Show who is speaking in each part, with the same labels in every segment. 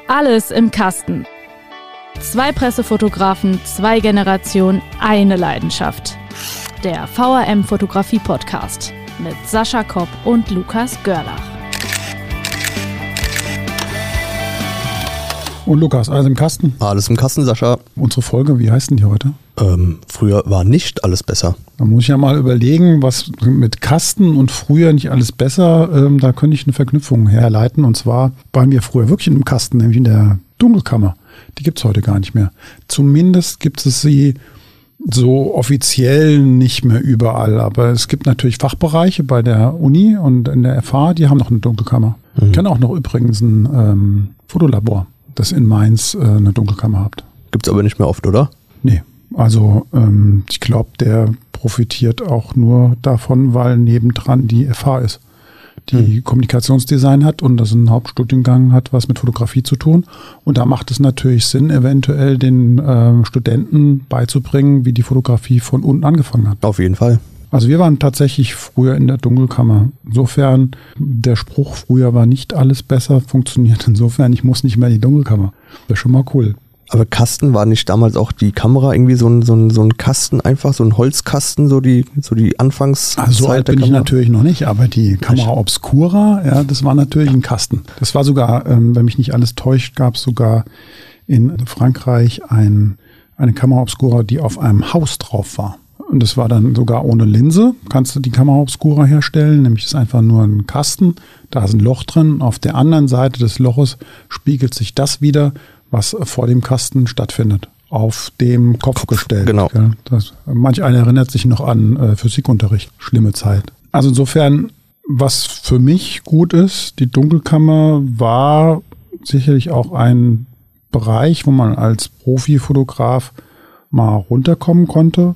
Speaker 1: Alles im Kasten. 2 Pressefotografen, 2 Generationen, eine Leidenschaft. Der VRM Fotografie Podcast mit Sascha Kopp und Lukas Görlach.
Speaker 2: Und Lukas, alles im Kasten?
Speaker 3: Alles im Kasten, Sascha.
Speaker 2: Unsere Folge, wie heißt denn die heute?
Speaker 3: Früher war nicht alles besser.
Speaker 2: Da muss ich ja mal überlegen, was mit Kasten und früher nicht alles besser, da könnte ich eine Verknüpfung herleiten. Und zwar waren wir früher wirklich in einem Kasten, nämlich in der Dunkelkammer. Die gibt es heute gar nicht mehr. Zumindest gibt es sie so offiziell nicht mehr überall. Aber es gibt natürlich Fachbereiche bei der Uni und in der FH, die haben noch eine Dunkelkammer. Ich kenne auch noch übrigens ein Fotolabor, das in Mainz eine Dunkelkammer hat.
Speaker 3: Gibt's aber nicht mehr oft, oder?
Speaker 2: Nee, also ich glaube, der profitiert auch nur davon, weil nebendran die FH ist, die Kommunikationsdesign hat und das ein Hauptstudiengang hat, was mit Fotografie zu tun. Und da macht es natürlich Sinn, eventuell den Studenten beizubringen, wie die Fotografie von unten angefangen hat.
Speaker 3: Auf jeden Fall.
Speaker 2: Also wir waren tatsächlich früher in der Dunkelkammer. Insofern, der Spruch, früher war nicht alles besser, funktioniert insofern, ich muss nicht mehr in die Dunkelkammer. Das ist schon mal cool.
Speaker 3: Aber Kasten, war nicht damals auch die Kamera irgendwie so ein Kasten, einfach so ein Holzkasten, so die Anfangszeit
Speaker 2: also so alt
Speaker 3: der
Speaker 2: bin
Speaker 3: Kamera?
Speaker 2: ich natürlich noch nicht, aber die Kamera Obscura, ja, das war natürlich ein Kasten. Das war sogar, wenn mich nicht alles täuscht, gab es sogar in Frankreich eine Kamera Obscura, die auf einem Haus drauf war. Und das war dann sogar ohne Linse, kannst du die Kamera Obscura herstellen, nämlich ist einfach nur ein Kasten, da ist ein Loch drin, auf der anderen Seite des Loches spiegelt sich das wieder, was vor dem Kasten stattfindet, auf dem Kopf gestellt.
Speaker 3: Genau.
Speaker 2: Manch einer erinnert sich noch an Physikunterricht, schlimme Zeit. Also insofern, was für mich gut ist, die Dunkelkammer war sicherlich auch ein Bereich, wo man als Profifotograf mal runterkommen konnte,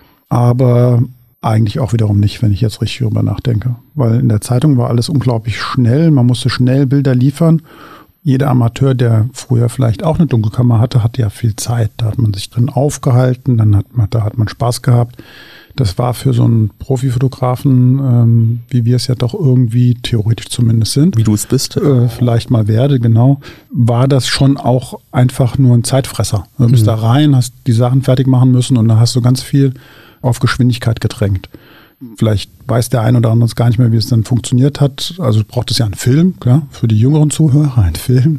Speaker 2: aber eigentlich auch wiederum nicht, wenn ich jetzt richtig darüber nachdenke. Weil in der Zeitung war alles unglaublich schnell, man musste schnell Bilder liefern. Jeder Amateur, der früher vielleicht auch eine Dunkelkammer hatte, hatte ja viel Zeit. Da hat man sich drin aufgehalten, da hat man Spaß gehabt. Das war für so einen Profifotografen, wie wir es ja doch irgendwie theoretisch zumindest sind.
Speaker 3: Wie du es bist.
Speaker 2: Vielleicht mal werde, genau. War das schon auch einfach nur ein Zeitfresser. Du bist da rein, hast die Sachen fertig machen müssen und da hast du ganz viel auf Geschwindigkeit gedrängt. Vielleicht weiß der ein oder andere gar nicht mehr, wie es dann funktioniert hat. Also braucht es ja einen Film, klar, für die jüngeren Zuhörer, einen Film.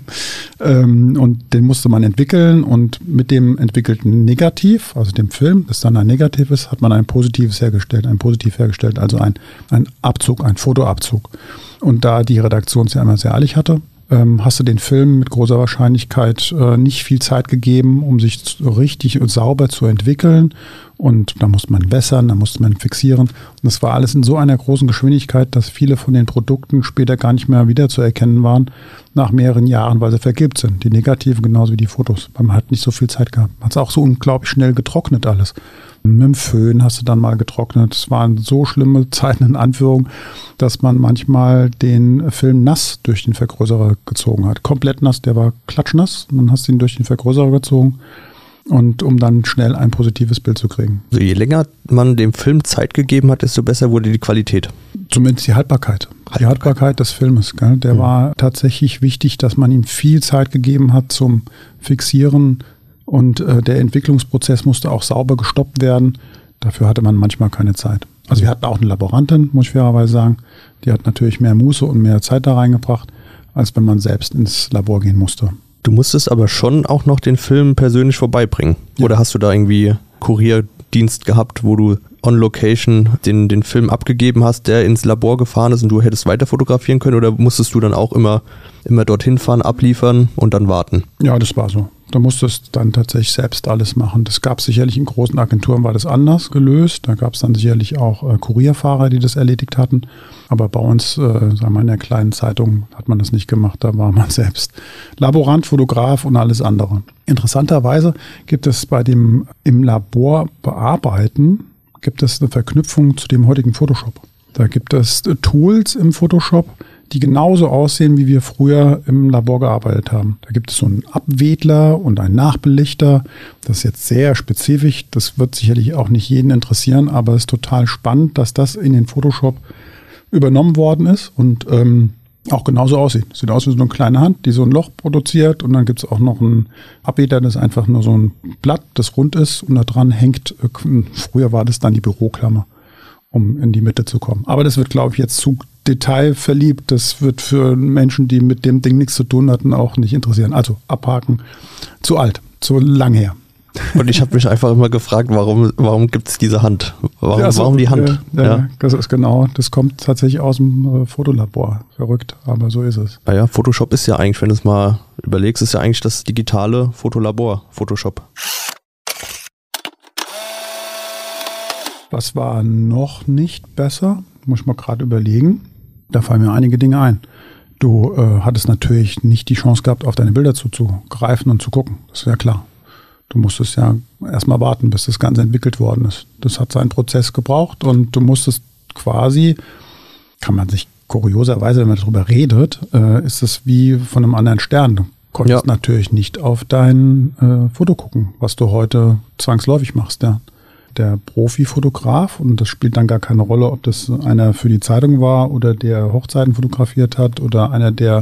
Speaker 2: Und den musste man entwickeln und mit dem entwickelten Negativ, also dem Film, das dann ein Negativ ist, hat man ein Positiv hergestellt, also ein Abzug, ein Fotoabzug. Und da die Redaktion es ja immer sehr eilig hatte, hast du den Film mit großer Wahrscheinlichkeit nicht viel Zeit gegeben, um sich richtig und sauber zu entwickeln. Und da musste man wässern, da musste man fixieren. Und das war alles in so einer großen Geschwindigkeit, dass viele von den Produkten später gar nicht mehr wiederzuerkennen waren nach mehreren Jahren, weil sie vergilbt sind. Die Negativen genauso wie die Fotos, weil man hat nicht so viel Zeit gehabt. Man hat es auch so unglaublich schnell getrocknet alles. Mit dem Föhn hast du dann mal getrocknet. Es waren so schlimme Zeiten in Anführung, dass man manchmal den Film nass durch den Vergrößerer gezogen hat. Komplett nass, der war klatschnass. Und dann hast du ihn durch den Vergrößerer gezogen. Und um dann schnell ein positives Bild zu kriegen.
Speaker 3: Also je länger man dem Film Zeit gegeben hat, desto besser wurde die Qualität.
Speaker 2: Zumindest die Haltbarkeit. Die Haltbarkeit des Filmes. Gell? Der war tatsächlich wichtig, dass man ihm viel Zeit gegeben hat zum Fixieren. Und der Entwicklungsprozess musste auch sauber gestoppt werden. Dafür hatte man manchmal keine Zeit. Also wir hatten auch eine Laborantin, muss ich fairerweise sagen. Die hat natürlich mehr Muße und mehr Zeit da reingebracht, als wenn man selbst ins Labor gehen musste.
Speaker 3: Du musstest aber schon auch noch den Film persönlich vorbeibringen. Ja. Oder hast du da irgendwie Kurierdienst gehabt, wo du on location den Film abgegeben hast, der ins Labor gefahren ist und du hättest weiter fotografieren können? Oder musstest du dann auch immer dorthin fahren, abliefern und dann warten?
Speaker 2: Ja, das war so. Da musstest dann tatsächlich selbst alles machen. Das gab es sicherlich in großen Agenturen, war das anders gelöst. Da gab es dann sicherlich auch Kurierfahrer, die das erledigt hatten. Aber bei uns, sagen wir in der kleinen Zeitung, hat man das nicht gemacht. Da war man selbst Laborant, Fotograf und alles andere. Interessanterweise gibt es bei dem im Labor bearbeiten, gibt es eine Verknüpfung zu dem heutigen Photoshop. Da gibt es Tools im Photoshop, die genauso aussehen, wie wir früher im Labor gearbeitet haben. Da gibt es so einen Abwedler und einen Nachbelichter. Das ist jetzt sehr spezifisch. Das wird sicherlich auch nicht jeden interessieren, aber es ist total spannend, dass das in den Photoshop übernommen worden ist. Und auch genauso aussieht. Sieht aus wie so eine kleine Hand, die so ein Loch produziert und dann gibt es auch noch einen Abbieder, das ist einfach nur so ein Blatt, das rund ist und da dran hängt, früher war das dann die Büroklammer, um in die Mitte zu kommen. Aber das wird, glaube ich, jetzt zu detailverliebt. Das wird für Menschen, die mit dem Ding nichts zu tun hatten, auch nicht interessieren. Also abhaken, zu alt, zu lang her.
Speaker 3: Und ich habe mich einfach immer gefragt, warum gibt es diese Hand? Warum die Hand?
Speaker 2: Ja, das ist genau, das kommt tatsächlich aus dem Fotolabor. Verrückt, aber so ist es.
Speaker 3: Naja, Photoshop ist ja eigentlich, wenn du es mal überlegst, ist ja eigentlich das digitale Fotolabor, Photoshop.
Speaker 2: Was war noch nicht besser? Muss ich mal gerade überlegen. Da fallen mir einige Dinge ein. Du hattest natürlich nicht die Chance gehabt, auf deine Bilder zuzugreifen und zu gucken. Das ist ja klar. Du musstest ja erstmal warten, bis das Ganze entwickelt worden ist. Das hat seinen Prozess gebraucht und du musstest quasi, kann man sich kurioserweise, wenn man darüber redet, ist es wie von einem anderen Stern. Du konntest natürlich nicht auf dein Foto gucken, was du heute zwangsläufig machst. Ja. Der Profifotograf, und das spielt dann gar keine Rolle, ob das einer für die Zeitung war oder der Hochzeiten fotografiert hat oder einer, der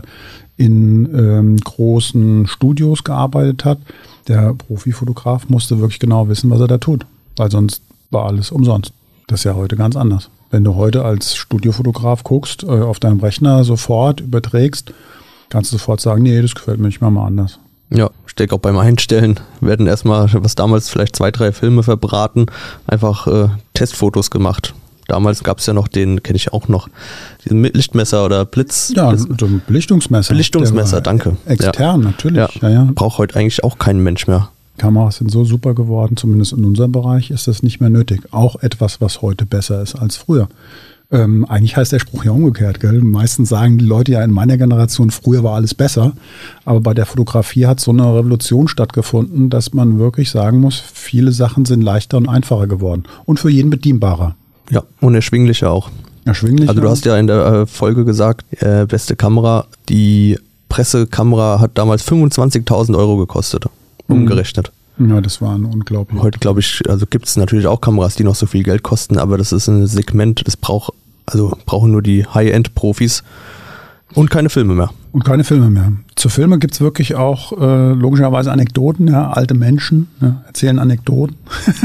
Speaker 2: in großen Studios gearbeitet hat. Der Profifotograf musste wirklich genau wissen, was er da tut, weil sonst war alles umsonst. Das ist ja heute ganz anders. Wenn du heute als Studiofotograf guckst, auf deinem Rechner sofort überträgst, kannst du sofort sagen, nee, das gefällt mir nicht mal anders.
Speaker 3: Ja, ich denke auch beim Einstellen werden erstmal, was damals vielleicht 2, 3 Filme verbraten, einfach Testfotos gemacht. Damals gab es ja noch den, kenne ich auch noch, diesen Lichtmesser oder Blitz.
Speaker 2: Ja, so ein Belichtungsmesser.
Speaker 3: Belichtungsmesser, danke.
Speaker 2: Extern,
Speaker 3: ja.
Speaker 2: natürlich.
Speaker 3: Ja. Braucht heute eigentlich auch kein Mensch mehr.
Speaker 2: Kameras sind so super geworden, zumindest in unserem Bereich ist das nicht mehr nötig. Auch etwas, was heute besser ist als früher. Eigentlich heißt der Spruch ja umgekehrt, gell? Meistens sagen die Leute ja in meiner Generation, früher war alles besser. Aber bei der Fotografie hat so eine Revolution stattgefunden, dass man wirklich sagen muss, viele Sachen sind leichter und einfacher geworden. Und für jeden bedienbarer.
Speaker 3: Ja, und erschwinglicher auch.
Speaker 2: Erschwinglicher.
Speaker 3: Also du hast ja in der Folge gesagt, beste Kamera, die Pressekamera hat damals 25.000 € gekostet, umgerechnet.
Speaker 2: Ja, das waren unglaublich.
Speaker 3: Heute, glaube ich, also gibt es natürlich auch Kameras, die noch so viel Geld kosten, aber das ist ein Segment, das brauchen nur die High-End-Profis und keine Filme mehr.
Speaker 2: Und keine Filme mehr. Zu Filmen gibt es wirklich auch logischerweise Anekdoten, ja, alte Menschen erzählen Anekdoten.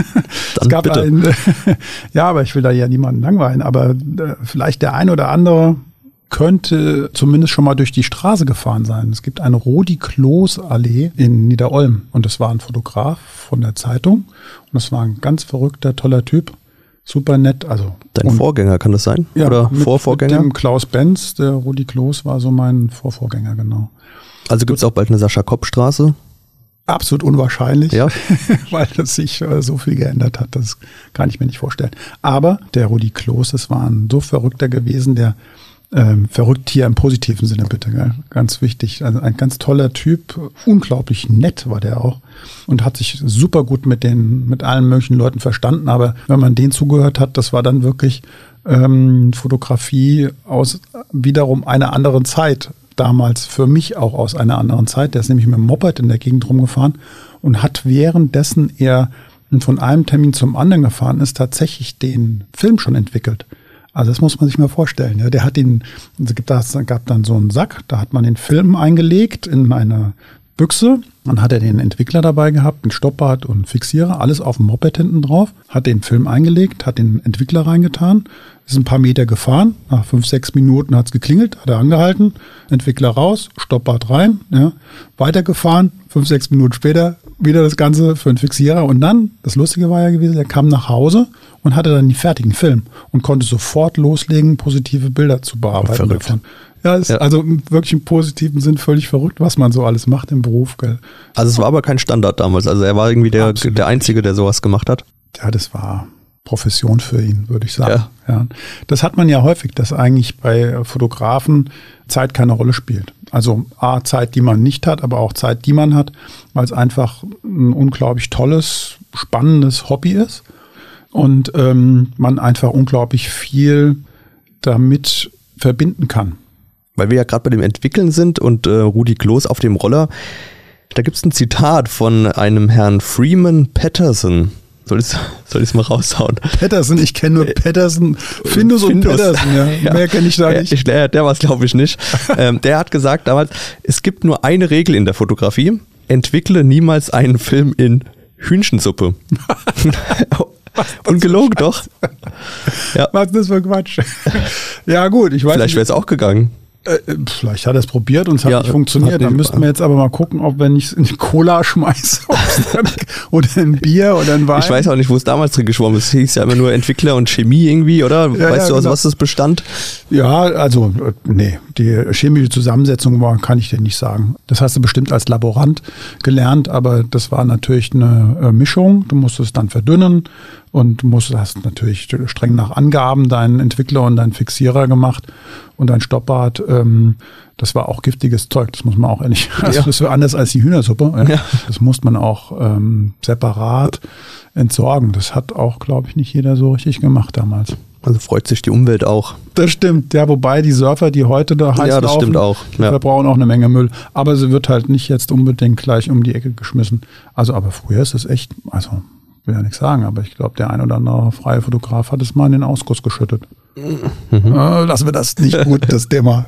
Speaker 2: Es gab bitte. Ja, aber ich will da ja niemanden langweilen, aber vielleicht der ein oder andere könnte zumindest schon mal durch die Straße gefahren sein. Es gibt eine Rudi-Kloos-Allee in Niederolm und das war ein Fotograf von der Zeitung und das war ein ganz verrückter, toller Typ. Super nett. Also
Speaker 3: dein Vorgänger, kann das sein?
Speaker 2: Ja,
Speaker 3: oder Vorvorgänger?
Speaker 2: Mit dem Klaus Benz, der Rudi Kloos war so mein Vorvorgänger, genau.
Speaker 3: Also gibt es auch bald eine Sascha-Kopp-Straße?
Speaker 2: Absolut unwahrscheinlich,
Speaker 3: ja?
Speaker 2: Weil das sich so viel geändert hat. Das kann ich mir nicht vorstellen. Aber der Rudi Kloos, das war ein so Verrückter gewesen, der verrückt hier im positiven Sinne bitte, gell? Ganz wichtig. Also ein ganz toller Typ, unglaublich nett war der auch und hat sich super gut mit allen möglichen Leuten verstanden. Aber wenn man denen zugehört hat, das war dann wirklich Fotografie aus wiederum einer anderen Zeit. Damals für mich auch aus einer anderen Zeit. Der ist nämlich mit dem Moped in der Gegend rumgefahren und hat währenddessen er von einem Termin zum anderen gefahren ist, tatsächlich den Film schon entwickelt. Also das muss man sich mal vorstellen. Ja, der hat gab dann so einen Sack, da hat man den Film eingelegt in eine Büchse. Dann hat er den Entwickler dabei gehabt, einen Stopprad und Fixierer, alles auf dem Moped hinten drauf, hat den Film eingelegt, hat den Entwickler reingetan, ist ein paar Meter gefahren, nach 5, 6 Minuten hat es geklingelt, hat er angehalten, Entwickler raus, Stopprad rein, ja, weitergefahren, 5, 6 Minuten später wieder das Ganze für einen Fixierer und dann, das Lustige war ja gewesen, er kam nach Hause und hatte dann den fertigen Film und konnte sofort loslegen, positive Bilder zu bearbeiten davon. Ja, ist also wirklich im positiven Sinn völlig verrückt, was man so alles macht im Beruf, gell.
Speaker 3: Also es war aber kein Standard damals, also er war irgendwie der Einzige, der sowas gemacht hat.
Speaker 2: Ja, das war Profession für ihn, würde ich sagen. Ja. Das hat man ja häufig, dass eigentlich bei Fotografen Zeit keine Rolle spielt. Also A, Zeit, die man nicht hat, aber auch Zeit, die man hat, weil es einfach ein unglaublich tolles, spannendes Hobby ist und man einfach unglaublich viel damit verbinden kann.
Speaker 3: Weil wir ja gerade bei dem Entwickeln sind und Rudi Kloos auf dem Roller, da gibt es ein Zitat von einem Herrn Freeman Patterson. Soll ich es mal raushauen?
Speaker 2: Peterson, ich kenne nur Peterson, Findus und Peterson, ja. Mehr kenne ich da nicht.
Speaker 3: Der war es, glaube ich, nicht. Der hat gesagt damals, es gibt nur eine Regel in der Fotografie: Entwickle niemals einen Film in Hühnchensuppe. Ungelogen, doch. Ja.
Speaker 2: Was ist das für Quatsch? Ja gut, ich weiß
Speaker 3: Vielleicht wäre es auch gegangen.
Speaker 2: Vielleicht hat er es probiert und es hat nicht funktioniert. Dann müssten wir jetzt aber mal gucken, ob wir nicht in die Cola schmeißen oder in Bier oder in Wein.
Speaker 3: Ich weiß auch nicht, wo es damals drin geschwommen ist. Es hieß ja immer nur Entwickler und Chemie irgendwie, oder? Weißt du, aus was das bestand?
Speaker 2: Ja, also nee, die chemische Zusammensetzung kann ich dir nicht sagen. Das hast du bestimmt als Laborant gelernt, aber das war natürlich eine Mischung. Du musstest dann verdünnen und hast natürlich streng nach Angaben deinen Entwickler und deinen Fixierer gemacht und dein Stoppbad. Das war auch giftiges Zeug, das muss man auch ehrlich, also das war anders als die Hühnersuppe. Ja. Das muss man auch separat entsorgen. Das hat auch, glaube ich, nicht jeder so richtig gemacht damals.
Speaker 3: Also freut sich die Umwelt auch.
Speaker 2: Das stimmt, ja, wobei die Surfer, die heute da heiß
Speaker 3: das
Speaker 2: laufen,
Speaker 3: stimmt auch.
Speaker 2: Die verbrauchen auch eine Menge Müll. Aber sie wird halt nicht jetzt unbedingt gleich um die Ecke geschmissen. Also, aber früher ist es echt, also will ja nichts sagen, aber ich glaube, der ein oder andere freie Fotograf hat es mal in den Ausguss geschüttet. Lassen wir das nicht gut, das Thema.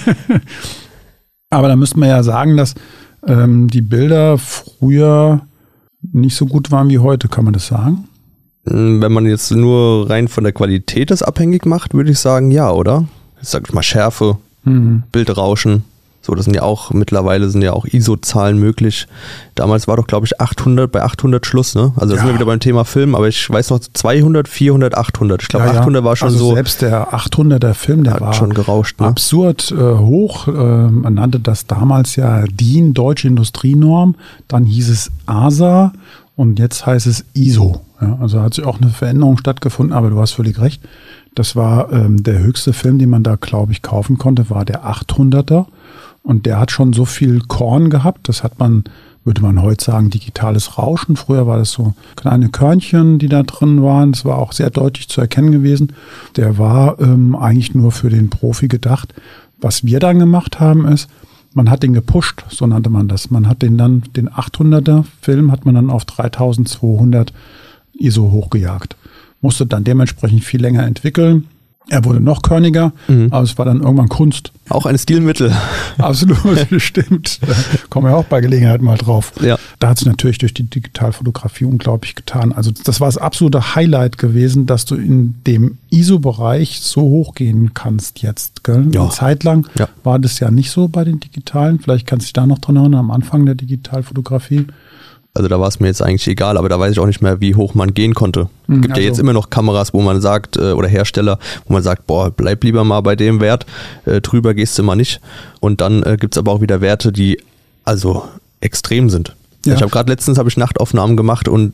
Speaker 2: Aber da müsste man ja sagen, dass die Bilder früher nicht so gut waren wie heute, kann man das sagen?
Speaker 3: Wenn man jetzt nur rein von der Qualität das abhängig macht, würde ich sagen, ja, oder? Jetzt sag ich mal Schärfe, Bildrauschen. So, das sind ja auch, mittlerweile sind ja auch ISO-Zahlen möglich. Damals war doch, glaube ich, bei 800 Schluss, ne? Also da sind wir wieder beim Thema Film, aber ich weiß noch 200, 400, 800. Ich glaube, 800 war schon also so.
Speaker 2: Selbst der 800er Film, der war
Speaker 3: schon gerauscht, ne?
Speaker 2: Absurd hoch. Man nannte das damals ja DIN, Deutsche Industrienorm. Dann hieß es ASA und jetzt heißt es ISO. Ja, also hat sich auch eine Veränderung stattgefunden, aber du hast völlig recht. Das war der höchste Film, den man da, glaube ich, kaufen konnte, war der 800er. Und der hat schon so viel Korn gehabt, das hat man, würde man heute sagen, digitales Rauschen. Früher war das so kleine Körnchen, die da drin waren. Das war auch sehr deutlich zu erkennen gewesen. Der war eigentlich nur für den Profi gedacht. Was wir dann gemacht haben ist, man hat den gepusht, so nannte man das. Man hat den 800er Film hat man dann auf 3200 ISO hochgejagt. Musste dann dementsprechend viel länger entwickeln. Er wurde noch körniger, aber es war dann irgendwann Kunst.
Speaker 3: Auch ein Stilmittel.
Speaker 2: Absolut, stimmt. Da kommen wir auch bei Gelegenheit mal drauf.
Speaker 3: Ja.
Speaker 2: Da hat es natürlich durch die Digitalfotografie unglaublich getan. Also das war das absolute Highlight gewesen, dass du in dem ISO-Bereich so hochgehen kannst jetzt. Gell?
Speaker 3: Ja.
Speaker 2: Eine Zeit lang war das ja nicht so bei den Digitalen. Vielleicht kannst du dich da noch dran erinnern, am Anfang der Digitalfotografie.
Speaker 3: Also da war es mir jetzt eigentlich egal, aber da weiß ich auch nicht mehr, wie hoch man gehen konnte. Es gibt ja jetzt immer noch Kameras, wo man sagt, oder Hersteller, wo man sagt, boah, bleib lieber mal bei dem Wert, drüber gehst du mal nicht. Und dann gibt es aber auch wieder Werte, die also extrem sind. Ja. Ich habe gerade letztens Nachtaufnahmen gemacht und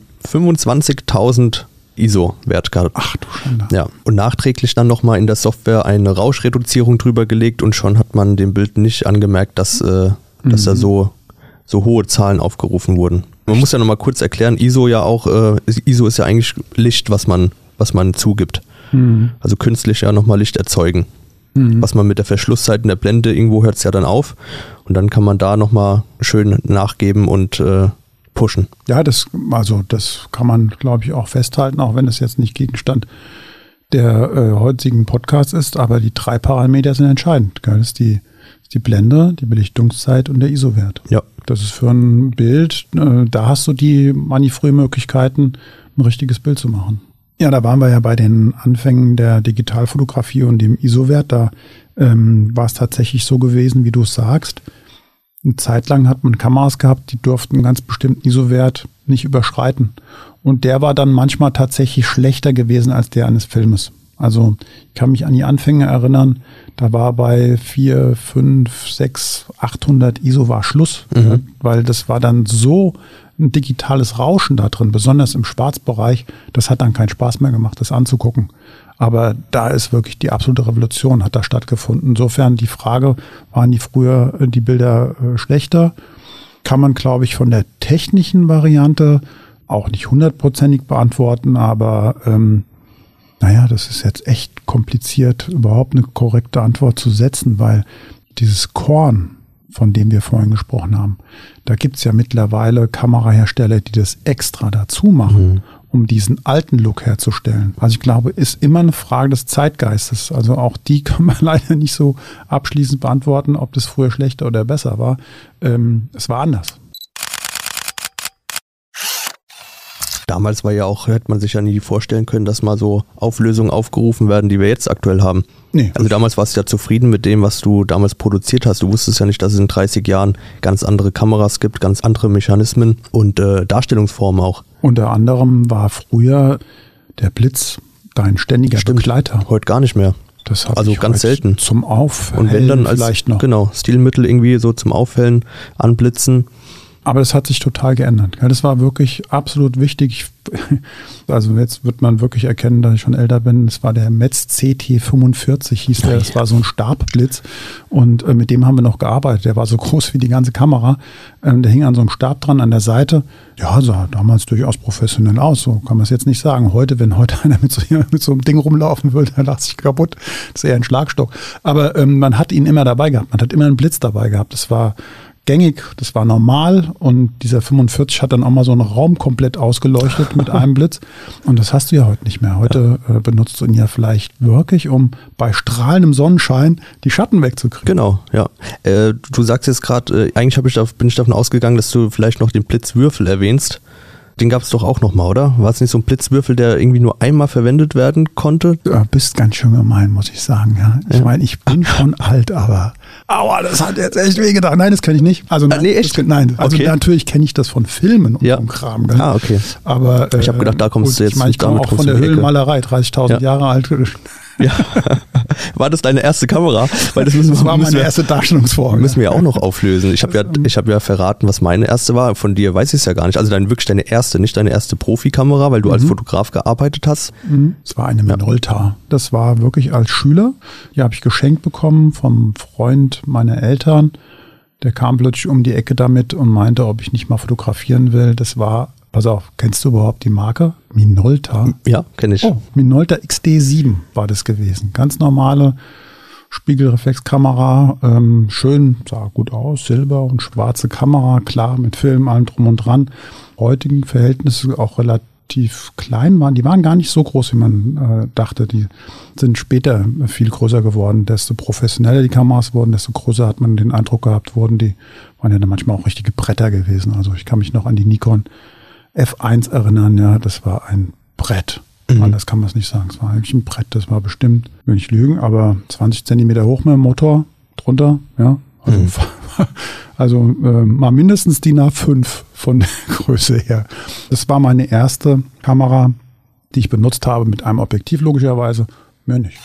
Speaker 3: 25.000 ISO-Wert gehabt.
Speaker 2: Ach du Schande.
Speaker 3: Ja, und nachträglich dann nochmal in der Software eine Rauschreduzierung drüber gelegt und schon hat man dem Bild nicht angemerkt, dass da so hohe Zahlen aufgerufen wurden. Man muss ja nochmal kurz erklären, ISO ist ja eigentlich Licht, was man zugibt. Also künstlich ja nochmal Licht erzeugen. Was man mit der Verschlusszeit in der Blende, irgendwo hört es ja dann auf und dann kann man da nochmal schön nachgeben und pushen.
Speaker 2: Ja, das kann man, glaube ich, auch festhalten, auch wenn es jetzt nicht Gegenstand der heutigen Podcast ist, aber die 3 Parameter sind entscheidend. Gell? Das ist die Blende, die Belichtungszeit und der ISO-Wert.
Speaker 3: Ja.
Speaker 2: Das ist für ein Bild, da hast du die Frühmöglichkeiten, ein richtiges Bild zu machen. Ja, da waren wir ja bei den Anfängen der Digitalfotografie und dem ISO-Wert. Da war es tatsächlich so gewesen, wie du es sagst. Eine Zeit lang hat man Kameras gehabt, die durften einen ganz bestimmten ISO-Wert nicht überschreiten. Und der war dann manchmal tatsächlich schlechter gewesen als der eines Filmes. Also ich kann mich an die Anfänge erinnern, da war bei 4, 5, 6, 800 ISO war Schluss, weil das war dann so ein digitales Rauschen da drin, besonders im Schwarzbereich, das hat dann keinen Spaß mehr gemacht, das anzugucken. Aber da ist wirklich die absolute Revolution, hat da stattgefunden. Insofern die Frage, waren die früher die Bilder schlechter? Kann man, glaube ich, von der technischen Variante auch nicht 100%ig beantworten, aber das ist jetzt echt kompliziert, überhaupt eine korrekte Antwort zu setzen, weil dieses Korn, von dem wir vorhin gesprochen haben, da gibt es ja mittlerweile Kamerahersteller, die das extra dazu machen um diesen alten Look herzustellen. Also ich glaube, ist immer eine Frage des Zeitgeistes. Also auch die kann man leider nicht so abschließend beantworten, ob das früher schlechter oder besser war. Es war anders.
Speaker 3: Damals war ja auch, hätte man sich ja nie vorstellen können, dass mal so Auflösungen aufgerufen werden, die wir jetzt aktuell haben.
Speaker 2: Nee.
Speaker 3: Also damals warst du ja zufrieden mit dem, was du damals produziert hast. Du wusstest ja nicht, dass es in 30 Jahren ganz andere Kameras gibt, ganz andere Mechanismen und Darstellungsformen auch.
Speaker 2: Unter anderem war früher der Blitz dein ständiger Begleiter.
Speaker 3: Heute gar nicht mehr.
Speaker 2: Das habe
Speaker 3: also
Speaker 2: ich
Speaker 3: ganz selten.
Speaker 2: Zum Aufhellen
Speaker 3: und wenn dann als,
Speaker 2: vielleicht noch.
Speaker 3: Genau, Stilmittel irgendwie so zum Aufhellen, Anblitzen.
Speaker 2: Aber das hat sich total geändert. Ja, das war wirklich absolut wichtig. Also jetzt wird man wirklich erkennen, dass ich schon älter bin. Es war der Metz CT45 hieß der. Das war so ein Stabblitz und mit dem haben wir noch gearbeitet. Der war so groß wie die ganze Kamera. Der hing an so einem Stab dran an der Seite. Ja, sah damals durchaus professionell aus. So kann man es jetzt nicht sagen. Heute, wenn heute einer mit so einem Ding rumlaufen würde, dann lacht sich kaputt. Das ist eher ein Schlagstock. Aber man hat ihn immer dabei gehabt. Man hat immer einen Blitz dabei gehabt. Das war gängig, das war normal und dieser 45 hat dann auch mal so einen Raum komplett ausgeleuchtet mit einem Blitz und das hast du ja heute nicht mehr. Heute benutzt du ihn ja vielleicht wirklich, um bei strahlendem Sonnenschein die Schatten wegzukriegen.
Speaker 3: Genau, ja. Du sagst jetzt gerade, eigentlich bin ich davon ausgegangen, dass du vielleicht noch den Blitzwürfel erwähnst. Den gab es doch auch nochmal, oder? War es nicht so ein Blitzwürfel, der irgendwie nur einmal verwendet werden konnte?
Speaker 2: Du bist ganz schön gemein, muss ich sagen. Ja. Ich meine, ich bin schon alt, aber aua, das hat jetzt echt wehgetan. Nein, das kann ich nicht. Also nein,
Speaker 3: nee, echt?
Speaker 2: Nein, also okay. Natürlich kenne ich das von Filmen und so einem Kram. Gell?
Speaker 3: Ah, okay.
Speaker 2: Aber
Speaker 3: ich habe gedacht, da kommst du jetzt
Speaker 2: ich komme auch von der Höhlenmalerei, 30.000 Jahre alt.
Speaker 3: Ja. War das deine erste Kamera? Weil das
Speaker 2: war meine erste Darstellungsform.
Speaker 3: Müssen wir ja auch noch auflösen. Ich habe ja verraten, was meine erste war. Von dir weiß ich es ja gar nicht. Also wirklich deine erste, nicht deine erste Profikamera, weil du als Fotograf gearbeitet hast.
Speaker 2: Es war eine Minolta. Das war wirklich als Schüler. Die habe ich geschenkt bekommen vom Freund meiner Eltern. Der kam plötzlich um die Ecke damit und meinte, ob ich nicht mal fotografieren will. Das war, pass auf, kennst du überhaupt die Marke? Minolta?
Speaker 3: Ja, kenne ich.
Speaker 2: Oh, Minolta XD7 war das gewesen. Ganz normale Spiegelreflexkamera, schön, sah gut aus, silber und schwarze Kamera, klar, mit Film, allem drum und dran. Heutigen Verhältnisse auch relativ klein waren. Die waren gar nicht so groß, wie man dachte. Die sind später viel größer geworden. Desto professioneller die Kameras wurden, desto größer hat man den Eindruck gehabt, die waren ja dann manchmal auch richtige Bretter gewesen. Also ich kann mich noch an die Nikon F1 erinnern, ja, das war ein Brett. Anders kann man es nicht sagen. Es war eigentlich ein Brett, das war bestimmt, will ich lügen, aber 20 Zentimeter hoch mit dem Motor drunter, ja. Also mal mindestens DIN A5 von der Größe her. Das war meine erste Kamera, die ich benutzt habe mit einem Objektiv logischerweise, mehr nicht.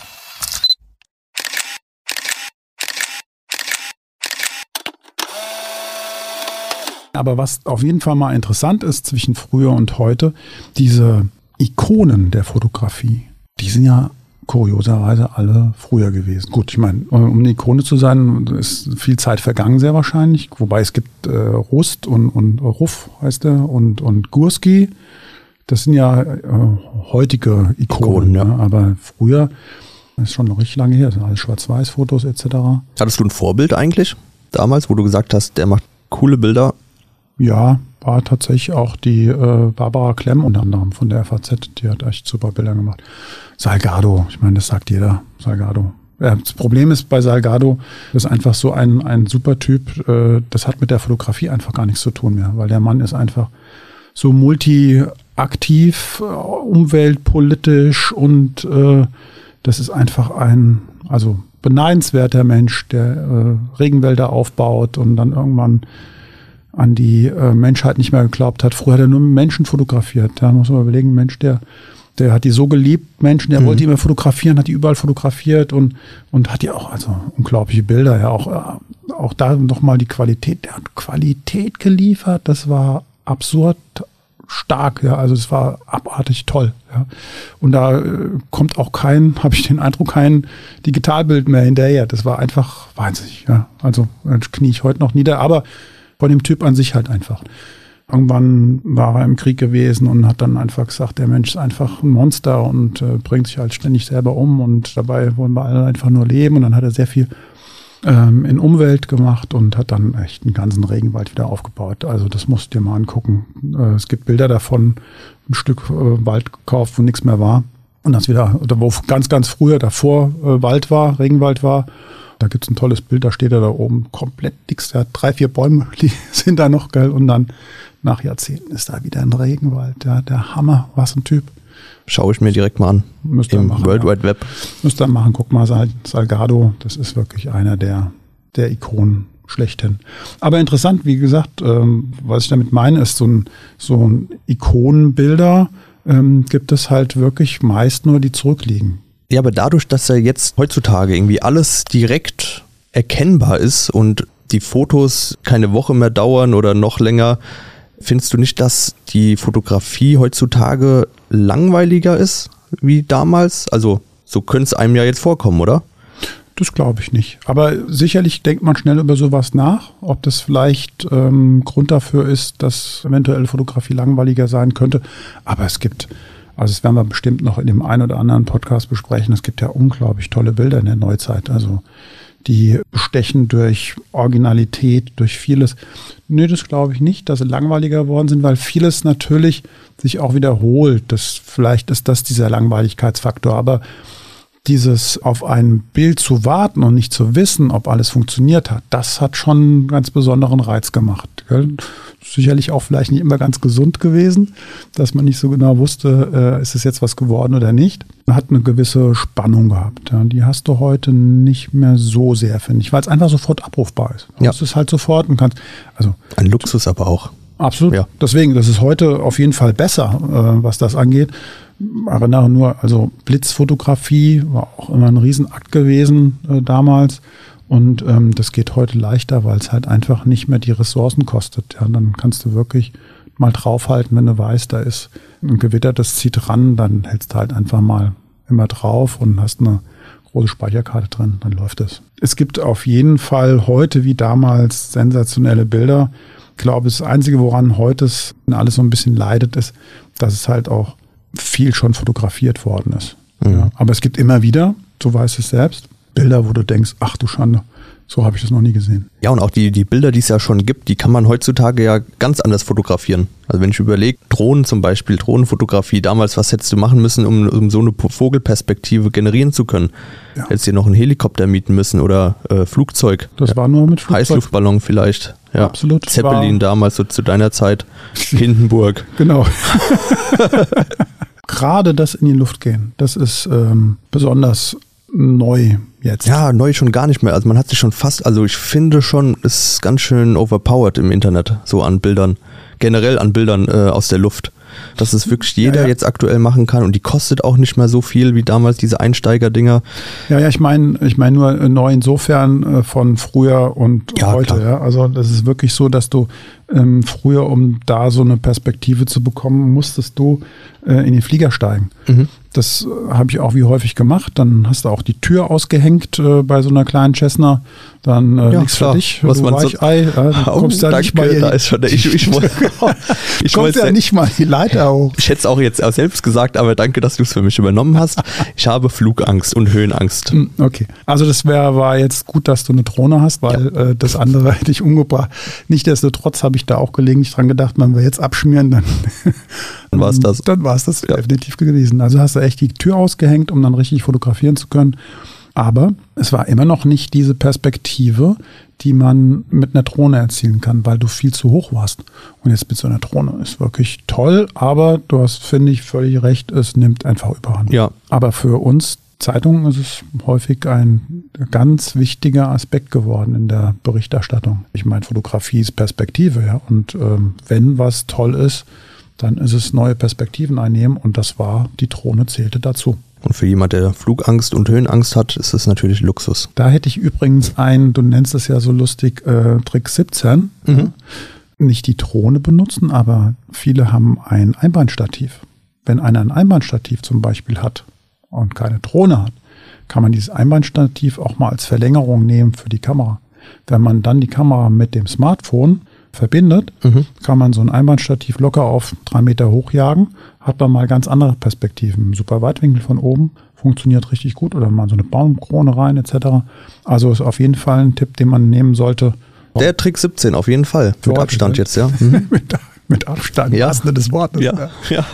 Speaker 2: Aber was auf jeden Fall mal interessant ist zwischen früher und heute, diese Ikonen der Fotografie, die sind ja kurioserweise alle früher gewesen. Gut, ich meine, um eine Ikone zu sein, ist viel Zeit vergangen sehr wahrscheinlich. Wobei es gibt Rust und Ruff heißt er und Gursky. Das sind ja heutige Ikonen. Ja. Aber früher, das ist schon noch richtig lange her, das sind alles Schwarz-Weiß-Fotos etc.
Speaker 3: Hattest du ein Vorbild eigentlich damals, wo du gesagt hast, der macht coole Bilder?
Speaker 2: Ja, war tatsächlich auch die Barbara Klemm unter anderem von der FAZ, die hat echt super Bilder gemacht. Salgado, ich meine, das sagt jeder, Salgado. Ja, das Problem ist bei Salgado, das ist einfach so ein super Typ, das hat mit der Fotografie einfach gar nichts zu tun mehr, weil der Mann ist einfach so multiaktiv, umweltpolitisch und das ist einfach ein beneidenswerter Mensch, der Regenwälder aufbaut und dann irgendwann an die Menschheit nicht mehr geglaubt hat. Früher hat er nur Menschen fotografiert. Da muss man überlegen, ein Mensch, der hat die so geliebt, Menschen, der wollte die immer fotografieren, hat die überall fotografiert und hat die auch, unglaubliche Bilder, ja, auch da nochmal die Qualität, der hat Qualität geliefert, das war absurd stark, ja, also es war abartig toll, ja. Und da kommt auch habe ich den Eindruck, kein Digitalbild mehr hinterher. Das war einfach wahnsinnig, ja. Also knie ich heute noch nieder, aber von dem Typ an sich halt einfach. Irgendwann war er im Krieg gewesen und hat dann einfach gesagt, der Mensch ist einfach ein Monster und bringt sich halt ständig selber um und dabei wollen wir alle einfach nur leben. Und dann hat er sehr viel in Umwelt gemacht und hat dann echt einen ganzen Regenwald wieder aufgebaut. Also das musst du dir mal angucken. Es gibt Bilder davon, ein Stück Wald gekauft, wo nichts mehr war. Und das wieder, oder wo ganz, ganz früher davor Wald war, Regenwald war. Da gibt es ein tolles Bild, da steht er da oben komplett nix. Der hat 3, 4 Bäume, die sind da noch geil. Und dann nach Jahrzehnten ist da wieder ein Regenwald. Ja, der Hammer, was ein Typ.
Speaker 3: Schaue ich mir direkt mal an.
Speaker 2: Müsst ihr machen,
Speaker 3: World Wide Web.
Speaker 2: Müsst ihr machen. Guck mal, Salgado, das ist wirklich einer der Ikonen schlechthin. Aber interessant, wie gesagt, was ich damit meine, ist so ein Ikonenbilder gibt es halt wirklich meist nur, die zurückliegen.
Speaker 3: Ja, aber dadurch, dass ja jetzt heutzutage irgendwie alles direkt erkennbar ist und die Fotos keine Woche mehr dauern oder noch länger, findest du nicht, dass die Fotografie heutzutage langweiliger ist wie damals? Also so könnte es einem ja jetzt vorkommen, oder?
Speaker 2: Das glaube ich nicht. Aber sicherlich denkt man schnell über sowas nach, ob das vielleicht Grund dafür ist, dass eventuell Fotografie langweiliger sein könnte. Aber es gibt, also das werden wir bestimmt noch in dem einen oder anderen Podcast besprechen, es gibt ja unglaublich tolle Bilder in der Neuzeit. Also die bestechen durch Originalität, durch vieles. Nee, das glaube ich nicht, dass sie langweiliger geworden sind, weil vieles natürlich sich auch wiederholt. Vielleicht ist das dieser Langweiligkeitsfaktor, aber dieses auf ein Bild zu warten und nicht zu wissen, ob alles funktioniert hat, das hat schon einen ganz besonderen Reiz gemacht. Gell? Sicherlich auch vielleicht nicht immer ganz gesund gewesen, dass man nicht so genau wusste, ist es jetzt was geworden oder nicht. Man hat eine gewisse Spannung gehabt. Ja? Die hast du heute nicht mehr so sehr, finde ich, weil es einfach sofort abrufbar ist. Du hast es halt sofort und kannst, also
Speaker 3: ein Luxus aber auch.
Speaker 2: Absolut. Ja. Deswegen, das ist heute auf jeden Fall besser, was das angeht. Erinnere nur, also Blitzfotografie war auch immer ein Riesenakt gewesen damals. Und das geht heute leichter, weil es halt einfach nicht mehr die Ressourcen kostet. Ja, dann kannst du wirklich mal draufhalten, wenn du weißt, da ist ein Gewitter, das zieht ran, dann hältst du halt einfach mal immer drauf und hast eine große Speicherkarte drin, dann läuft es. Es gibt auf jeden Fall heute wie damals sensationelle Bilder. Ich glaube, das Einzige, woran heute alles so ein bisschen leidet, ist, dass es halt auch viel schon fotografiert worden ist. Mhm. Ja, aber es gibt immer wieder, so weißt du es selbst, Bilder, wo du denkst, ach du Schande, so habe ich das noch nie gesehen.
Speaker 3: Ja, und auch die Bilder, die es ja schon gibt, die kann man heutzutage ja ganz anders fotografieren. Also wenn ich überlege, Drohnen zum Beispiel, Drohnenfotografie, damals, was hättest du machen müssen, um so eine Vogelperspektive generieren zu können? Ja. Hättest du dir noch einen Helikopter mieten müssen oder Flugzeug.
Speaker 2: Das war nur mit Flugzeug.
Speaker 3: Heißluftballon vielleicht. Ja.
Speaker 2: Absolut.
Speaker 3: Zeppelin damals, so zu deiner Zeit. Hindenburg.
Speaker 2: Genau. Gerade das in die Luft gehen, das ist besonders neu jetzt.
Speaker 3: Ja, neu schon gar nicht mehr. Also man hat sich schon fast, also ich finde schon, es ist ganz schön overpowered im Internet, so an Bildern, generell an Bildern aus der Luft. Dass es wirklich jeder jetzt aktuell machen kann und die kostet auch nicht mehr so viel wie damals diese Einsteiger-Dinger.
Speaker 2: Ja, ich meine nur neu insofern von früher und heute. Ja? Also das ist wirklich so, dass du früher, um da so eine Perspektive zu bekommen, musstest du in den Flieger steigen. Mhm. Das habe ich auch wie häufig gemacht. Dann hast du auch die Tür ausgehängt bei so einer kleinen Cessna. Dann nichts für dich.
Speaker 3: Was man
Speaker 2: Weichei. Du kommst da nicht mal hier.
Speaker 3: Da ist schon ich
Speaker 2: kommst ja nicht mal die Leiter hoch.
Speaker 3: Ich hätte es auch jetzt auch selbst gesagt, aber danke, dass du es für mich übernommen hast. Ich habe Flugangst und Höhenangst.
Speaker 2: Okay. Also das war jetzt gut, dass du eine Drohne hast, weil das andere hätte ich umgebracht. Nichtsdestotrotz habe ich da auch gelegentlich dran gedacht, wenn wir jetzt abschmieren, dann
Speaker 3: war es das.
Speaker 2: Dann war es das definitiv gewesen. Also hast du echt die Tür ausgehängt, um dann richtig fotografieren zu können. Aber es war immer noch nicht diese Perspektive, die man mit einer Drohne erzielen kann, weil du viel zu hoch warst. Und jetzt mit so einer Drohne ist wirklich toll, aber du hast, finde ich, völlig recht, es nimmt einfach Überhand.
Speaker 3: Ja.
Speaker 2: Aber für uns Zeitungen ist es häufig ein ganz wichtiger Aspekt geworden in der Berichterstattung. Ich meine, Fotografie ist Perspektive, ja. Und wenn was toll ist, dann ist es neue Perspektiven einnehmen und die Drohne zählte dazu.
Speaker 3: Und für jemand, der Flugangst und Höhenangst hat, ist es natürlich Luxus.
Speaker 2: Da hätte ich übrigens du nennst es ja so lustig, Trick 17. Mhm. Nicht die Drohne benutzen, aber viele haben ein Einbandstativ. Wenn einer ein Einbandstativ zum Beispiel hat und keine Drohne hat, kann man dieses Einbandstativ auch mal als Verlängerung nehmen für die Kamera. Wenn man dann die Kamera mit dem Smartphone verbindet, kann man so ein Einbandstativ locker auf 3 Meter hochjagen, hat man mal ganz andere Perspektiven. Super Weitwinkel von oben, funktioniert richtig gut, oder mal so eine Baumkrone rein etc. Also ist auf jeden Fall ein Tipp, den man nehmen sollte.
Speaker 3: Der Trick 17 auf jeden Fall, mit Abstand jetzt, ja.
Speaker 2: Mit Abstand,
Speaker 3: ja.
Speaker 2: Was denn das Wort?
Speaker 3: Ja.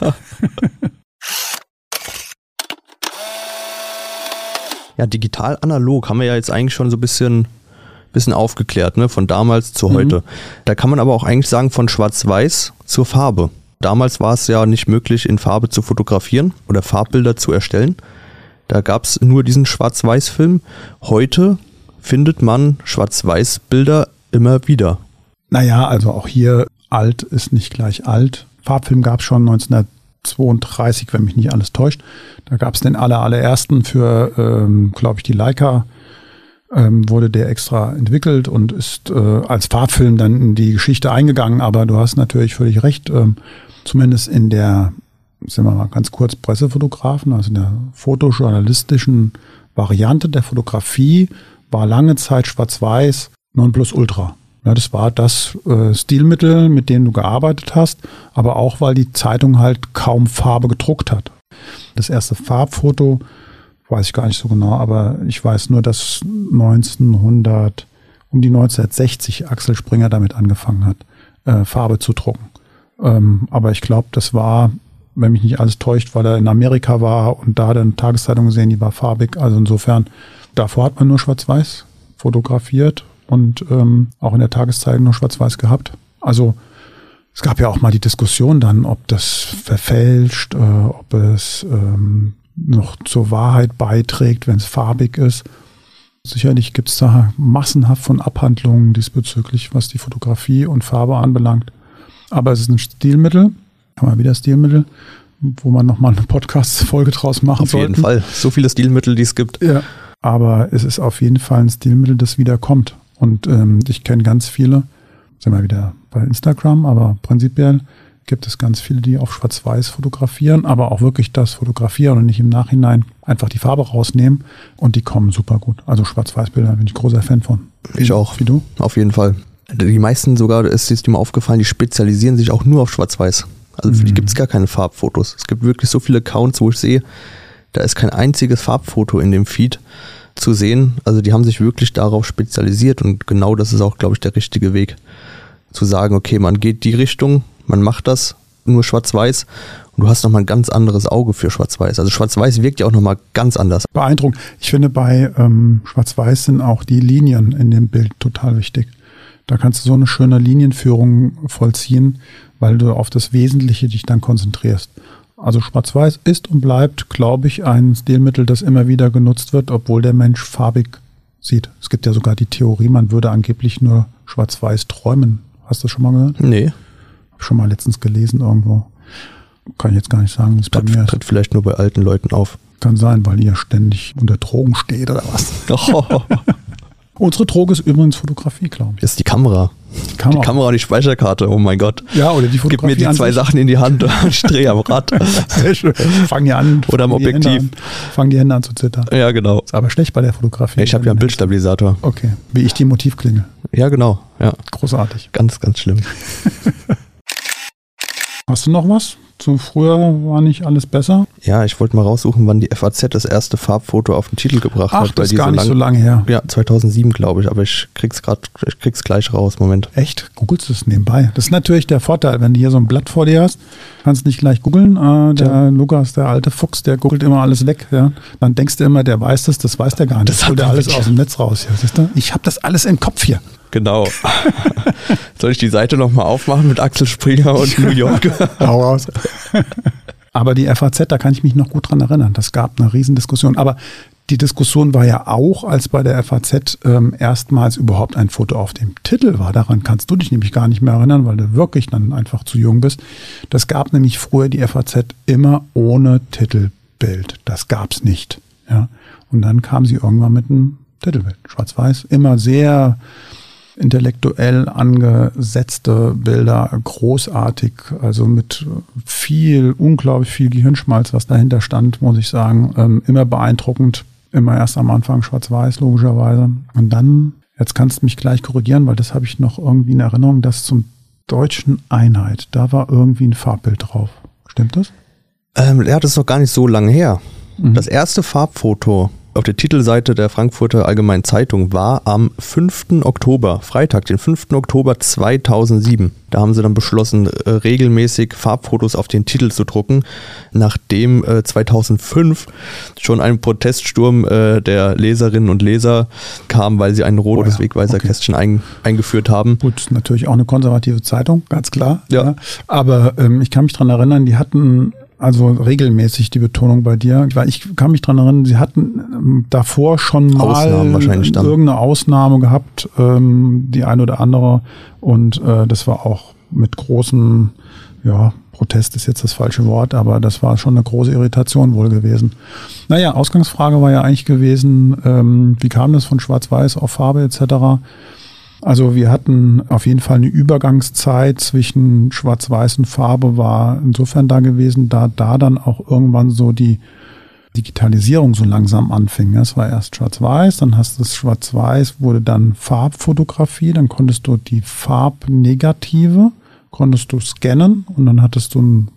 Speaker 3: Ja, digital analog haben wir ja jetzt eigentlich schon so ein bisschen aufgeklärt, ne? Von damals zu heute. Da kann man aber auch eigentlich sagen, von Schwarz-Weiß zur Farbe. Damals war es ja nicht möglich, in Farbe zu fotografieren oder Farbbilder zu erstellen. Da gab es nur diesen Schwarz-Weiß-Film. Heute findet man Schwarz-Weiß-Bilder immer wieder.
Speaker 2: Naja, also auch hier, alt ist nicht gleich alt. Farbfilm gab es schon 1932, wenn mich nicht alles täuscht. Da gab es den allerersten für, glaube ich, die Leica. Wurde der extra entwickelt und ist als Farbfilm dann in die Geschichte eingegangen. Aber du hast natürlich völlig recht, zumindest in der, sagen wir mal ganz kurz, Pressefotografen, also in der fotojournalistischen Variante der Fotografie, war lange Zeit Schwarz-Weiß Nonplusultra. Ja, das war das Stilmittel, mit dem du gearbeitet hast, aber auch, weil die Zeitung halt kaum Farbe gedruckt hat. Das erste Farbfoto weiß ich gar nicht so genau, aber ich weiß nur, dass um die 1960 Axel Springer damit angefangen hat, Farbe zu drucken. Aber ich glaube, das war, wenn mich nicht alles täuscht, weil er in Amerika war und da dann Tageszeitung gesehen, die war farbig. Also insofern, davor hat man nur Schwarz-Weiß fotografiert und auch in der Tageszeitung nur Schwarz-Weiß gehabt. Also es gab ja auch mal die Diskussion dann, ob das verfälscht, ob es noch zur Wahrheit beiträgt, wenn es farbig ist. Sicherlich gibt es da massenhaft von Abhandlungen diesbezüglich, was die Fotografie und Farbe anbelangt. Aber es ist ein Stilmittel, mal wieder Stilmittel, wo man nochmal eine Podcast-Folge draus machen sollte.
Speaker 3: Auf jeden Fall. So viele Stilmittel, die es gibt.
Speaker 2: Ja. Aber es ist auf jeden Fall ein Stilmittel, das wiederkommt. Und ich kenne ganz viele, sind wir wieder bei Instagram, aber prinzipiell gibt es ganz viele, die auf Schwarz-Weiß fotografieren, aber auch wirklich das fotografieren und nicht im Nachhinein einfach die Farbe rausnehmen, und die kommen super gut. Also Schwarz-Weiß-Bilder bin ich großer Fan von.
Speaker 3: Ich auch.
Speaker 2: Wie du?
Speaker 3: Auf jeden Fall. Die meisten sogar, es ist mir aufgefallen, die spezialisieren sich auch nur auf Schwarz-Weiß. Also für die gibt es gar keine Farbfotos. Es gibt wirklich so viele Accounts, wo ich sehe, da ist kein einziges Farbfoto in dem Feed zu sehen. Also die haben sich wirklich darauf spezialisiert, und genau das ist auch, glaube ich, der richtige Weg. Zu sagen, okay, man geht die Richtung, man macht das nur Schwarz-Weiß, und du hast nochmal ein ganz anderes Auge für Schwarz-Weiß. Also Schwarz-Weiß wirkt ja auch nochmal ganz anders.
Speaker 2: Beeindruckend. Ich finde, bei Schwarz-Weiß sind auch die Linien in dem Bild total wichtig. Da kannst du so eine schöne Linienführung vollziehen, weil du auf das Wesentliche dich dann konzentrierst. Also Schwarz-Weiß ist und bleibt, glaube ich, ein Stilmittel, das immer wieder genutzt wird, obwohl der Mensch farbig sieht. Es gibt ja sogar die Theorie, man würde angeblich nur Schwarz-Weiß träumen. Hast du das schon mal gehört?
Speaker 3: Nee.
Speaker 2: Habe schon mal letztens gelesen irgendwo. Kann ich jetzt gar nicht sagen, wie es bei mir ist.
Speaker 3: Tritt vielleicht nur bei alten Leuten auf.
Speaker 2: Kann sein, weil die ja ständig unter Drogen steht oder was.
Speaker 3: Oh.
Speaker 2: Unsere Droge ist übrigens Fotografie, glaube ich.
Speaker 3: Das ist die Kamera. Die Kamera und die Speicherkarte, oh mein Gott.
Speaker 2: Ja, oder die Fotografie.
Speaker 3: Gib mir die zwei Sachen in die Hand und ich drehe am Rad.
Speaker 2: Sehr schön. Fang die an.
Speaker 3: Oder am Objektiv.
Speaker 2: Fang die Hände an zu zittern.
Speaker 3: Ja, genau.
Speaker 2: Ist aber schlecht bei der Fotografie.
Speaker 3: Ich habe ja einen Bildstabilisator.
Speaker 2: Okay. Wie ich die Motivklinge.
Speaker 3: Ja, genau. Ja.
Speaker 2: Großartig.
Speaker 3: Ganz, ganz schlimm.
Speaker 2: Hast du noch was? So früher war nicht alles besser?
Speaker 3: Ja, ich wollte mal raussuchen, wann die FAZ das erste Farbfoto auf den Titel gebracht hat.
Speaker 2: Ach, das ist gar nicht so lange her.
Speaker 3: Ja, 2007, glaube ich, aber ich krieg's gleich raus, Moment.
Speaker 2: Echt? Googelst du es nebenbei? Das ist natürlich der Vorteil, wenn du hier so ein Blatt vor dir hast, kannst nicht gleich googeln. Der Lukas, der alte Fuchs, der googelt immer alles weg. Ja? Dann denkst du immer, der weiß das weiß der gar nicht. Das holt er alles aus dem Netz raus. Ja, siehst du? Ich habe das alles im Kopf hier.
Speaker 3: Genau. Soll ich die Seite nochmal aufmachen mit Axel Springer und New York?
Speaker 2: Hau raus. Aber die FAZ, da kann ich mich noch gut dran erinnern. Das gab eine Riesendiskussion. Aber die Diskussion war ja auch, als bei der FAZ erstmals überhaupt ein Foto auf dem Titel war. Daran kannst du dich nämlich gar nicht mehr erinnern, weil du wirklich dann einfach zu jung bist. Das gab nämlich früher die FAZ immer ohne Titelbild. Das gab's nicht. Ja. Und dann kam sie irgendwann mit einem Titelbild. Schwarz-Weiß. Immer sehr intellektuell angesetzte Bilder, großartig, also mit unglaublich viel Gehirnschmalz, was dahinter stand, muss ich sagen. Immer beeindruckend, immer erst am Anfang schwarz-weiß, logischerweise. Und dann Jetzt kannst du mich gleich korrigieren, weil das habe ich noch irgendwie in Erinnerung, dass zum Deutschen Einheit, da war irgendwie ein Farbbild drauf. Stimmt das?
Speaker 3: Ja, das ist doch gar nicht so lange her. Das erste Farbfoto auf der Titelseite der Frankfurter Allgemeinen Zeitung war am 5. Oktober, Freitag, den 5. Oktober 2007. Da haben sie dann beschlossen, regelmäßig Farbfotos auf den Titel zu drucken, nachdem 2005 schon ein Proteststurm der Leserinnen und Leser kam, weil sie ein rotes Wegweiserkästchen eingeführt haben.
Speaker 2: Gut, natürlich auch eine konservative Zeitung, ganz klar.
Speaker 3: Ja.
Speaker 2: Aber ich kann mich dran erinnern, die hatten also regelmäßig die Betonung bei dir, weil ich kann mich dran erinnern, sie hatten davor schon mal irgendeine Ausnahme gehabt, die eine oder andere, und das war auch mit großem, Protest ist jetzt das falsche Wort, aber das war schon eine große Irritation wohl gewesen. Naja, Ausgangsfrage war ja eigentlich gewesen, wie kam das von Schwarz-Weiß auf Farbe etc.? Also wir hatten auf jeden Fall eine Übergangszeit zwischen Schwarz-Weiß und Farbe, war insofern da gewesen, da dann auch irgendwann so die Digitalisierung so langsam anfing. Es war erst Schwarz-Weiß, dann hast du das Schwarz-Weiß, wurde dann Farbfotografie, dann konntest du die Farbnegative, konntest du scannen und dann hattest du ein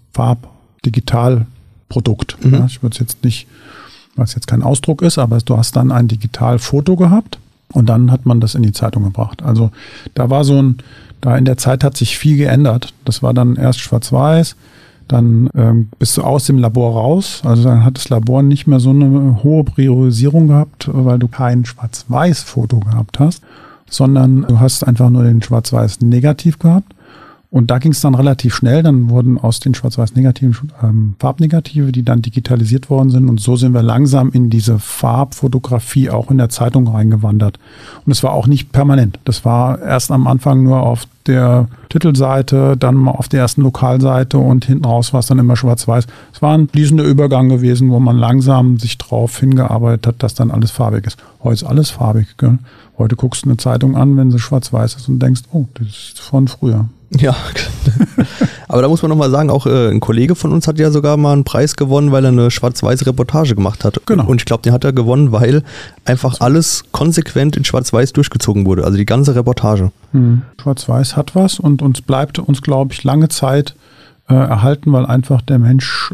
Speaker 2: Farbdigitalprodukt. Ja, ich würde es jetzt nicht, weil es jetzt kein Ausdruck ist, aber du hast dann ein Digitalfoto gehabt. Und dann hat man das in die Zeitung gebracht. Also da war da in der Zeit hat sich viel geändert. Das war dann erst Schwarz-Weiß, dann bist du aus dem Labor raus. Also dann hat das Labor nicht mehr so eine hohe Priorisierung gehabt, weil du kein Schwarz-Weiß-Foto gehabt hast, sondern du hast einfach nur den Schwarz-Weiß-Negativ gehabt. Und da ging es dann relativ schnell, dann wurden aus den Schwarz-Weiß-Negativen Farbnegative, die dann digitalisiert worden sind. Und so sind wir langsam in diese Farbfotografie auch in der Zeitung reingewandert. Und es war auch nicht permanent. Das war erst am Anfang nur auf der Titelseite, dann mal auf der ersten Lokalseite und hinten raus war es dann immer schwarz-weiß. Es war ein fließender Übergang gewesen, wo man langsam sich drauf hingearbeitet hat, dass dann alles farbig ist. Heute ist alles farbig. Gell? Heute guckst du eine Zeitung an, wenn sie schwarz-weiß ist und denkst, oh, das ist von früher.
Speaker 3: Ja, aber da muss man nochmal sagen, auch ein Kollege von uns hat ja sogar mal einen Preis gewonnen, weil er eine schwarz-weiße Reportage gemacht hat.
Speaker 2: Genau.
Speaker 3: Und ich glaube, den hat er gewonnen, weil einfach alles konsequent in schwarz-weiß durchgezogen wurde, also die ganze Reportage.
Speaker 2: Schwarz-weiß hat was und bleibt uns, glaube ich, lange Zeit erhalten, weil einfach der Mensch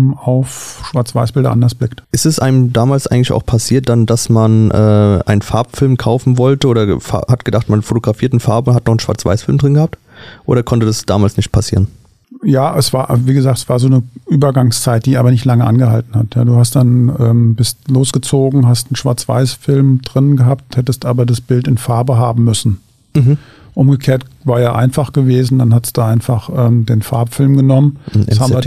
Speaker 2: auf Schwarz-Weiß-Bilder anders blickt.
Speaker 3: Ist es einem damals eigentlich auch passiert dann, dass man einen Farbfilm kaufen wollte oder hat gedacht, man fotografiert in Farbe, hat noch einen Schwarz-Weiß-Film drin gehabt? Oder konnte das damals nicht passieren?
Speaker 2: Ja, es war, wie gesagt, es war so eine Übergangszeit, die aber nicht lange angehalten hat. Ja, du hast dann bist losgezogen, hast einen Schwarz-Weiß-Film drin gehabt, hättest aber das Bild in Farbe haben müssen. Umgekehrt war ja einfach gewesen, dann hat es da einfach den Farbfilm genommen. Das haben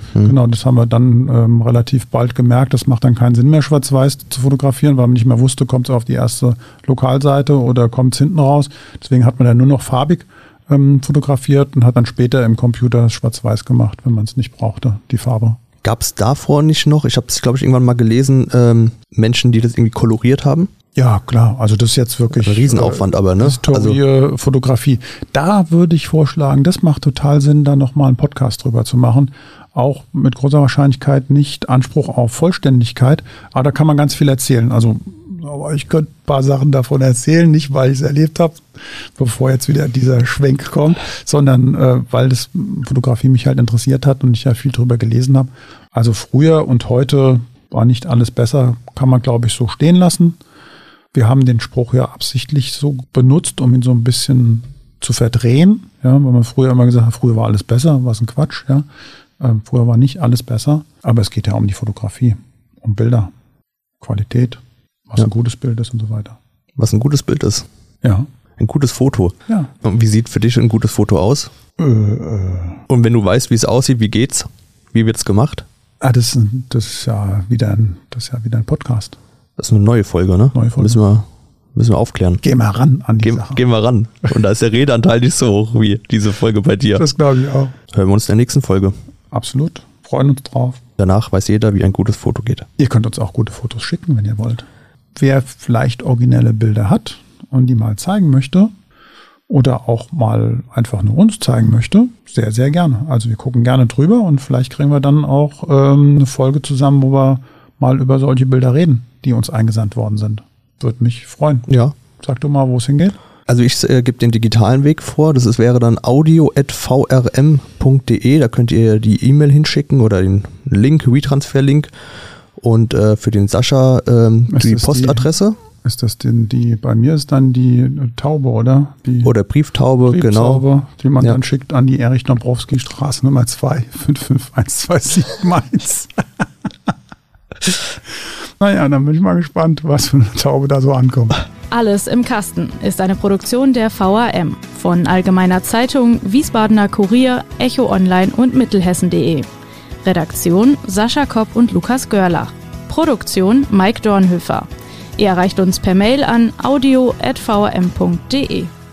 Speaker 2: wir dann relativ bald gemerkt, das macht dann keinen Sinn mehr, Schwarz-Weiß zu fotografieren, weil man nicht mehr wusste, kommt es auf die erste Lokalseite oder kommt es hinten raus. Deswegen hat man dann nur noch farbig fotografiert und hat dann später im Computer Schwarz-Weiß gemacht, wenn man es nicht brauchte, die Farbe.
Speaker 3: Gab es davor nicht noch, ich habe es glaube ich irgendwann mal gelesen, Menschen, die das irgendwie koloriert haben?
Speaker 2: Ja, klar. Also das ist jetzt wirklich
Speaker 3: ein Riesenaufwand, aber ne?
Speaker 2: Historie, Fotografie. Da würde ich vorschlagen, das macht total Sinn, da nochmal einen Podcast drüber zu machen. Auch mit großer Wahrscheinlichkeit nicht Anspruch auf Vollständigkeit, aber da kann man ganz viel erzählen. Also ich könnte ein paar Sachen davon erzählen, nicht weil ich es erlebt habe, bevor jetzt wieder dieser Schwenk kommt, sondern weil das Fotografie mich halt interessiert hat und ich ja viel drüber gelesen habe. Also früher und heute war nicht alles besser, kann man glaube ich so stehen lassen. Wir haben den Spruch ja absichtlich so benutzt, um ihn so ein bisschen zu verdrehen. Ja, weil man früher immer gesagt hat, früher war alles besser, was ein Quatsch. Ja. Früher war nicht alles besser, aber es geht ja um die Fotografie, um Bilder, Qualität, was ein gutes Bild ist und so weiter.
Speaker 3: Was ein gutes Bild ist?
Speaker 2: Ja.
Speaker 3: Ein gutes Foto?
Speaker 2: Ja.
Speaker 3: Und wie sieht für dich ein gutes Foto aus? Und wenn du weißt, wie es aussieht, wie geht's? Wie wird's gemacht?
Speaker 2: Das ist ja wieder ein Podcast.
Speaker 3: Das ist eine neue Folge, ne?
Speaker 2: Neue Folge.
Speaker 3: Müssen wir aufklären.
Speaker 2: Geh mal ran an die Sache.
Speaker 3: Geh mal ran. Und da ist der Redeanteil nicht so hoch wie diese Folge bei dir.
Speaker 2: Das glaube ich auch.
Speaker 3: Hören wir uns in der nächsten Folge.
Speaker 2: Absolut. Freuen uns drauf.
Speaker 3: Danach weiß jeder, wie ein gutes Foto geht.
Speaker 2: Ihr könnt uns auch gute Fotos schicken, wenn ihr wollt. Wer vielleicht originelle Bilder hat und die mal zeigen möchte oder auch mal einfach nur uns zeigen möchte, sehr, sehr gerne. Also wir gucken gerne drüber und vielleicht kriegen wir dann auch eine Folge zusammen, wo wir mal über solche Bilder reden, die uns eingesandt worden sind. Würde mich freuen.
Speaker 3: Ja,
Speaker 2: Sag doch mal, wo es hingeht.
Speaker 3: Also ich gebe den digitalen Weg vor. Das wäre dann audio@vrm.de. Da könnt ihr die E-Mail hinschicken oder den Link, WeTransfer-Link. Und für den Sascha die Postadresse.
Speaker 2: Ist das denn bei mir ist dann die Taube, oder?
Speaker 3: Oder Brieftaube, genau.
Speaker 2: Die man dann schickt an die Erich-Dombrowski Straße Nummer 2, 55127 Mainz. Naja, dann bin ich mal gespannt, was für eine Taube da so ankommt.
Speaker 1: Alles im Kasten ist eine Produktion der VRM von Allgemeiner Zeitung, Wiesbadener Kurier, Echo Online und Mittelhessen.de. Redaktion Sascha Kopp und Lukas Görlach. Produktion Mike Dornhöfer. Ihr erreicht uns per Mail an audio@vrm.de.